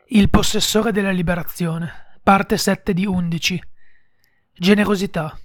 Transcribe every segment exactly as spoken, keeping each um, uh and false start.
Il possessore della liberazione, parte sette di undici. Generosità.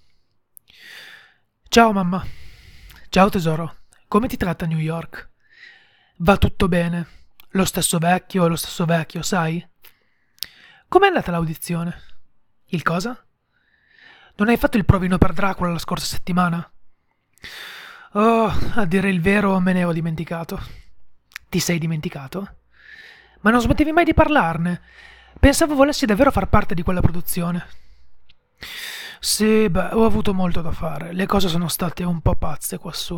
Ciao mamma. Ciao tesoro. Come ti tratta New York? Va tutto bene. Lo stesso vecchio, lo stesso vecchio, sai? Com'è andata l'audizione? Il cosa? Non hai fatto il provino per Dracula la scorsa settimana? Oh, a dire il vero me ne ero dimenticato. Ti sei dimenticato? Ma non smettevi mai di parlarne. Pensavo volessi davvero far parte di quella produzione. Sì, beh, ho avuto molto da fare. Le cose sono state un po' pazze quassù.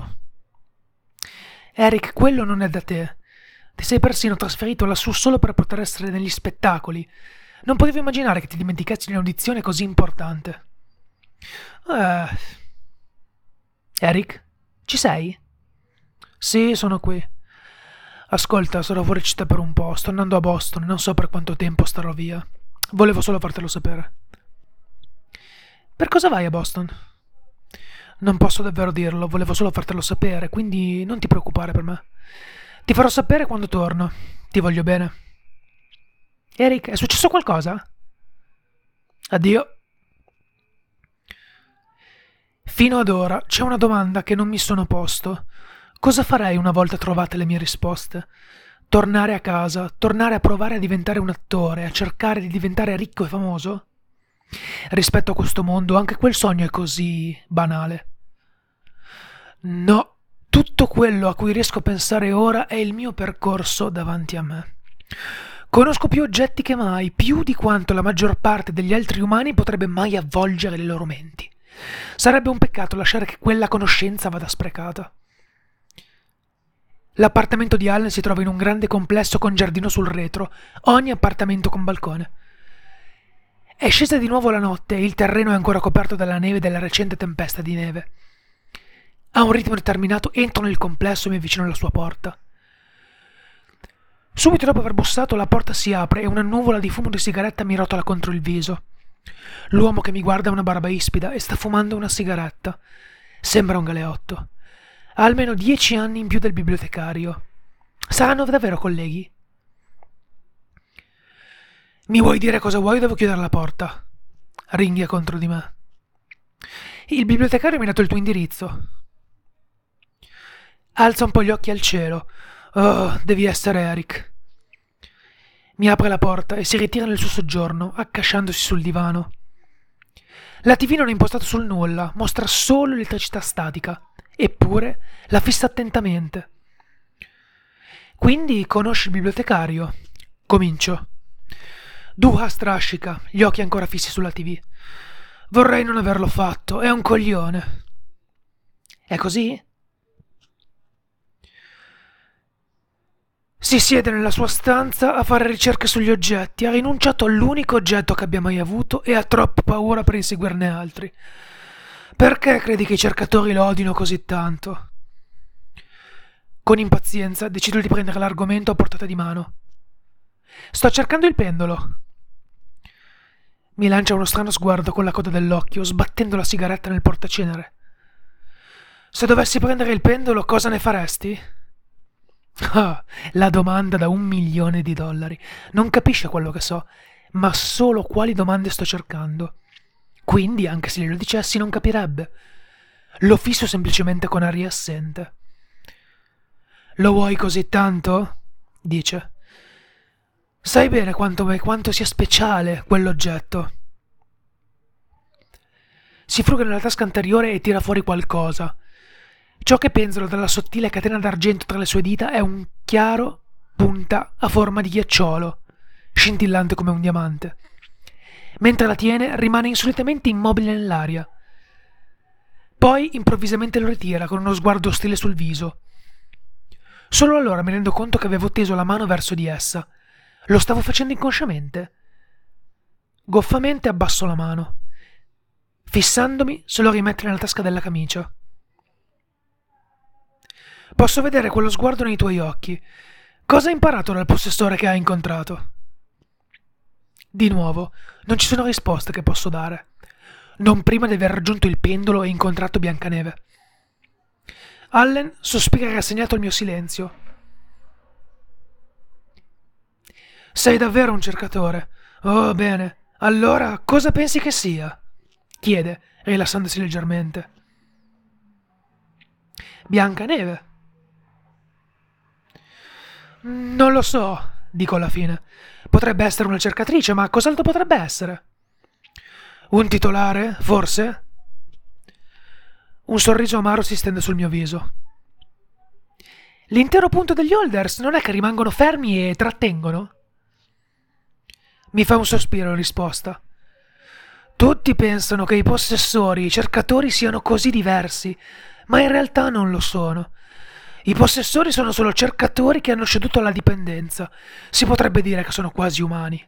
Eric, quello non è da te. Ti sei persino trasferito lassù solo per poter essere negli spettacoli. Non potevo immaginare che ti dimenticassi di un'audizione così importante. Eh... Eric, ci sei? Sì, sono qui. Ascolta, sarò fuori città per un po', sto andando a Boston e non so per quanto tempo starò via. Volevo solo fartelo sapere. Per cosa vai a Boston? Non posso davvero dirlo, volevo solo fartelo sapere, quindi non ti preoccupare per me. Ti farò sapere quando torno. Ti voglio bene. Eric, è successo qualcosa? Addio. Fino ad ora c'è una domanda che non mi sono posto. Cosa farei una volta trovate le mie risposte? Tornare a casa, tornare a provare a diventare un attore, a cercare di diventare ricco e famoso? Rispetto a questo mondo, anche quel sogno è così banale. No, tutto quello a cui riesco a pensare ora è il mio percorso davanti a me. Conosco più oggetti che mai, più di quanto la maggior parte degli altri umani potrebbe mai avvolgere le loro menti. Sarebbe un peccato lasciare che quella conoscenza vada sprecata. L'appartamento di Allen si trova in un grande complesso con giardino sul retro, ogni appartamento con balcone. È scesa di nuovo la notte e il terreno è ancora coperto dalla neve della recente tempesta di neve. A un ritmo determinato entro nel complesso e mi avvicino alla sua porta. Subito dopo aver bussato la porta si apre e una nuvola di fumo di sigaretta mi rotola contro il viso. L'uomo che mi guarda ha una barba ispida e sta fumando una sigaretta. Sembra un galeotto. Ha almeno dieci anni in più del bibliotecario. Saranno davvero colleghi? Mi vuoi dire cosa vuoi o devo chiudere la porta? Ringhia contro di me. Il bibliotecario mi ha dato il tuo indirizzo. Alza un po' gli occhi al cielo. Oh, devi essere Eric. Mi apre la porta e si ritira nel suo soggiorno, accasciandosi sul divano. La tivù non è impostata sul nulla, mostra solo elettricità statica. Eppure la fissa attentamente. Quindi conosci il bibliotecario? Comincio. Duha strascica, gli occhi ancora fissi sulla tivù. Vorrei non averlo fatto, è un coglione. È così? Si siede nella sua stanza a fare ricerche sugli oggetti, ha rinunciato all'unico oggetto che abbia mai avuto e ha troppa paura per inseguirne altri. Perché credi che i cercatori lo odino così tanto? Con impazienza decido di prendere l'argomento a portata di mano. Sto cercando il pendolo. Mi lancia uno strano sguardo con la coda dell'occhio, sbattendo la sigaretta nel portacenere. Se dovessi prendere il pendolo, cosa ne faresti? Ah, la domanda da un milione di dollari. Non capisce quello che so, ma solo quali domande sto cercando. Quindi, anche se glielo dicessi, non capirebbe. Lo fisso semplicemente con aria assente. Lo vuoi così tanto? Dice. Sai bene quanto, quanto sia speciale quell'oggetto. Si fruga nella tasca anteriore e tira fuori qualcosa. Ciò che penzola dalla sottile catena d'argento tra le sue dita è un chiaro punta a forma di ghiacciolo, scintillante come un diamante. Mentre la tiene, rimane insolitamente immobile nell'aria. Poi improvvisamente lo ritira con uno sguardo ostile sul viso. Solo allora mi rendo conto che avevo teso la mano verso di essa. Lo stavo facendo inconsciamente. Goffamente abbasso la mano. Fissandomi, se lo rimette nella tasca della camicia. Posso vedere quello sguardo nei tuoi occhi. Cosa hai imparato dal possessore che hai incontrato? Di nuovo, non ci sono risposte che posso dare. Non prima di aver raggiunto il pendolo e incontrato Biancaneve. Allen sospira rassegnato al mio silenzio. Sei davvero un cercatore? Oh, bene. Allora, cosa pensi che sia? Chiede, rilassandosi leggermente. Biancaneve. Non lo so, dico alla fine. Potrebbe essere una cercatrice, ma cos'altro potrebbe essere? Un titolare, forse? Un sorriso amaro si stende sul mio viso. L'intero punto degli holders non è che rimangono fermi e trattengono? Mi fa un sospiro in risposta. Tutti pensano che i possessori e i cercatori siano così diversi, ma in realtà non lo sono. I possessori sono solo cercatori che hanno ceduto alla dipendenza. Si potrebbe dire che sono quasi umani.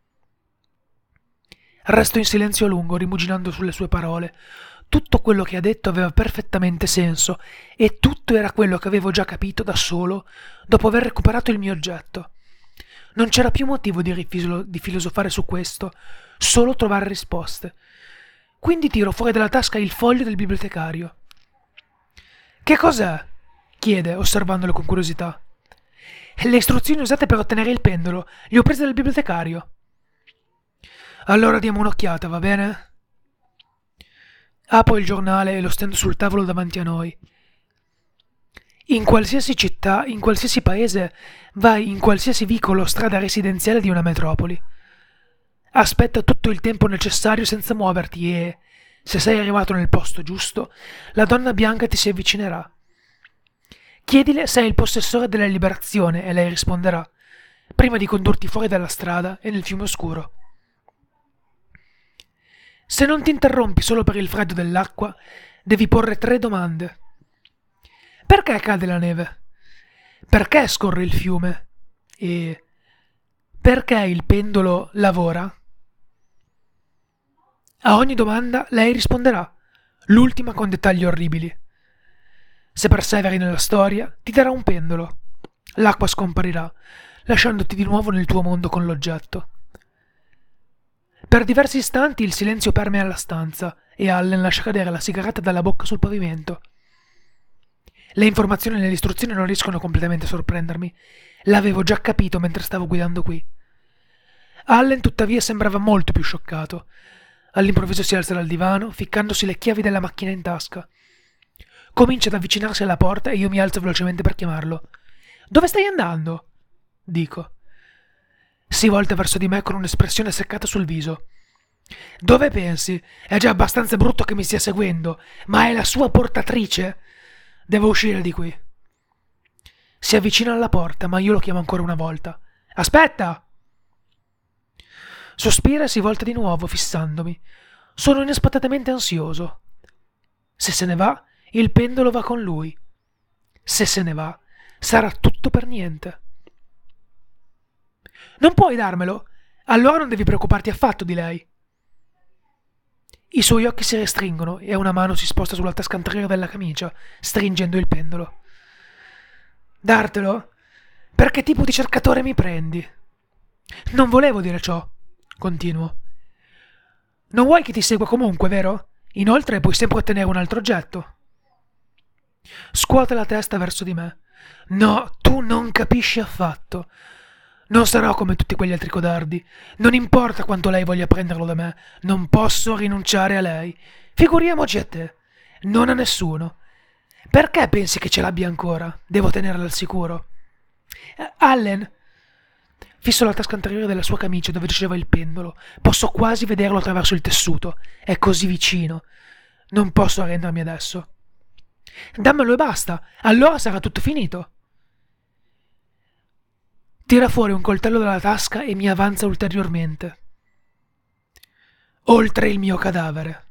Resto in silenzio a lungo, rimuginando sulle sue parole. Tutto quello che ha detto aveva perfettamente senso, e tutto era quello che avevo già capito da solo dopo aver recuperato il mio oggetto. Non c'era più motivo di, rifilo- di filosofare su questo, solo trovare risposte. Quindi tiro fuori dalla tasca il foglio del bibliotecario. Che cos'è? Chiede, osservandolo con curiosità. Le istruzioni usate per ottenere il pendolo, le ho prese dal bibliotecario. Allora diamo un'occhiata, va bene? Apro il giornale e lo stendo sul tavolo davanti a noi. In qualsiasi città, in qualsiasi paese, vai in qualsiasi vicolo o strada residenziale di una metropoli. Aspetta tutto il tempo necessario senza muoverti e, se sei arrivato nel posto giusto, la donna bianca ti si avvicinerà. Chiedile se è il possessore della liberazione e lei risponderà, prima di condurti fuori dalla strada e nel fiume oscuro. Se non ti interrompi solo per il freddo dell'acqua, devi porre tre domande. Perché cade la neve? Perché scorre il fiume? E perché il pendolo lavora? A ogni domanda lei risponderà, l'ultima con dettagli orribili. Se perseveri nella storia, ti darà un pendolo. L'acqua scomparirà, lasciandoti di nuovo nel tuo mondo con l'oggetto. Per diversi istanti il silenzio permea la stanza e Allen lascia cadere la sigaretta dalla bocca sul pavimento. Le informazioni nelle istruzioni non riescono completamente a sorprendermi. L'avevo già capito mentre stavo guidando qui. Allen tuttavia sembrava molto più scioccato. All'improvviso si alza dal divano, ficcandosi le chiavi della macchina in tasca. Comincia ad avvicinarsi alla porta e io mi alzo velocemente per chiamarlo. Dove stai andando? Dico. Si volta verso di me con un'espressione seccata sul viso. Dove pensi? È già abbastanza brutto che mi stia seguendo, ma è la sua portatrice? Devo uscire di qui. Si avvicina alla porta, ma io lo chiamo ancora una volta. Aspetta! Sospira e si volta di nuovo, fissandomi. Sono inaspettatamente ansioso. Se se ne va, il pendolo va con lui. Se se ne va, sarà tutto per niente. Non puoi darmelo? Allora non devi preoccuparti affatto di lei. I suoi occhi si restringono e una mano si sposta sulla tasca anteriore della camicia, stringendo il pendolo. Dartelo? Per che tipo di cercatore mi prendi? Non volevo dire ciò, continuo. Non vuoi che ti segua comunque, vero? Inoltre puoi sempre ottenere un altro oggetto. Scuote la testa verso di me. No, tu non capisci affatto. Non sarò come tutti quegli altri codardi. Non importa quanto lei voglia prenderlo da me, non posso rinunciare a lei. Figuriamoci a te. Non a nessuno. Perché pensi che ce l'abbia ancora? Devo tenerla al sicuro. Eh, Allen. Fisso la tasca anteriore della sua camicia dove giaceva il pendolo. Posso quasi vederlo attraverso il tessuto. È così vicino. Non posso arrendermi adesso. Dammelo e basta. Allora sarà tutto finito. Tira fuori un coltello dalla tasca e mi avanza ulteriormente. Oltre il mio cadavere.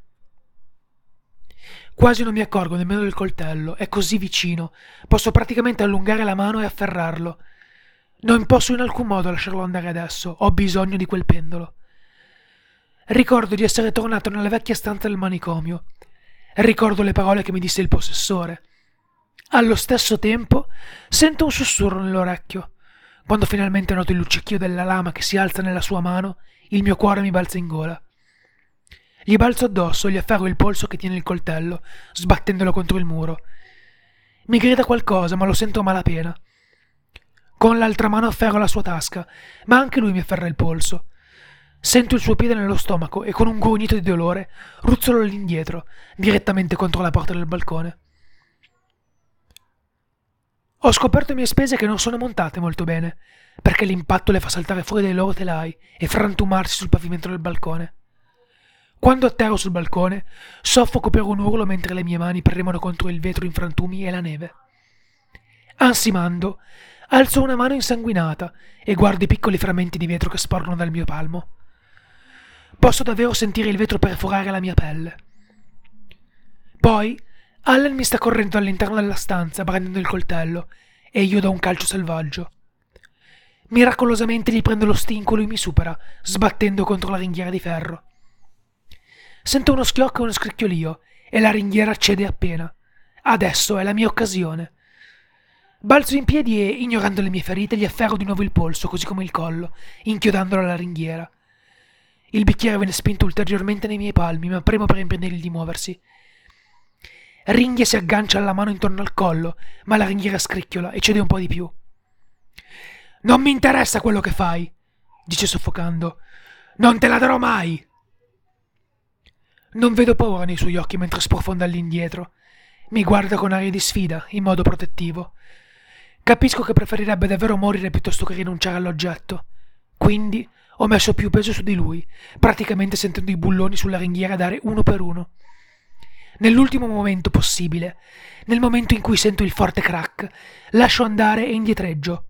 Quasi non mi accorgo nemmeno del coltello, è così vicino. Posso praticamente allungare la mano e afferrarlo. Non posso in alcun modo lasciarlo andare adesso, ho bisogno di quel pendolo. Ricordo di essere tornato nella vecchia stanza del manicomio. Ricordo le parole che mi disse il possessore. Allo stesso tempo sento un sussurro nell'orecchio. Quando finalmente noto il luccichio della lama che si alza nella sua mano, il mio cuore mi balza in gola. Gli balzo addosso e gli afferro il polso che tiene il coltello, sbattendolo contro il muro. Mi grida qualcosa, ma lo sento a malapena. Con l'altra mano afferro la sua tasca, ma anche lui mi afferra il polso. Sento il suo piede nello stomaco e con un grugnito di dolore ruzzolo all'indietro, direttamente contro la porta del balcone. Ho scoperto a mie spese che non sono montate molto bene, perché l'impatto le fa saltare fuori dai loro telai e frantumarsi sul pavimento del balcone. Quando atterro sul balcone, soffoco per un urlo mentre le mie mani premono contro il vetro in frantumi e la neve. Ansimando, alzo una mano insanguinata e guardo i piccoli frammenti di vetro che sporgono dal mio palmo. Posso davvero sentire il vetro perforare la mia pelle. Poi Allen mi sta correndo all'interno della stanza, brandendo il coltello, e io do un calcio selvaggio. Miracolosamente gli prendo lo stinco e lui mi supera, sbattendo contro la ringhiera di ferro. Sento uno schiocco e uno scricchiolio, e la ringhiera cede appena. Adesso è la mia occasione. Balzo in piedi e, ignorando le mie ferite, gli afferro di nuovo il polso, così come il collo, inchiodandolo alla ringhiera. Il bicchiere viene spinto ulteriormente nei miei palmi, ma premo per impedirgli di muoversi. Ringhia si aggancia alla mano intorno al collo, ma la ringhiera scricchiola e cede un po' di più. «Non mi interessa quello che fai», dice soffocando. «Non te la darò mai!» Non vedo paura nei suoi occhi mentre sprofonda all'indietro. Mi guarda con aria di sfida, in modo protettivo. Capisco che preferirebbe davvero morire piuttosto che rinunciare all'oggetto. Quindi ho messo più peso su di lui, praticamente sentendo i bulloni sulla ringhiera dare uno per uno. Nell'ultimo momento possibile, nel momento in cui sento il forte crack, lascio andare e indietreggio.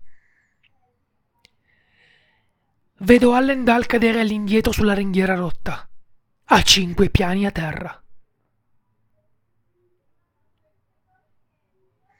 Vedo Allen Dahl cadere all'indietro sulla ringhiera rotta, a cinque piani a terra.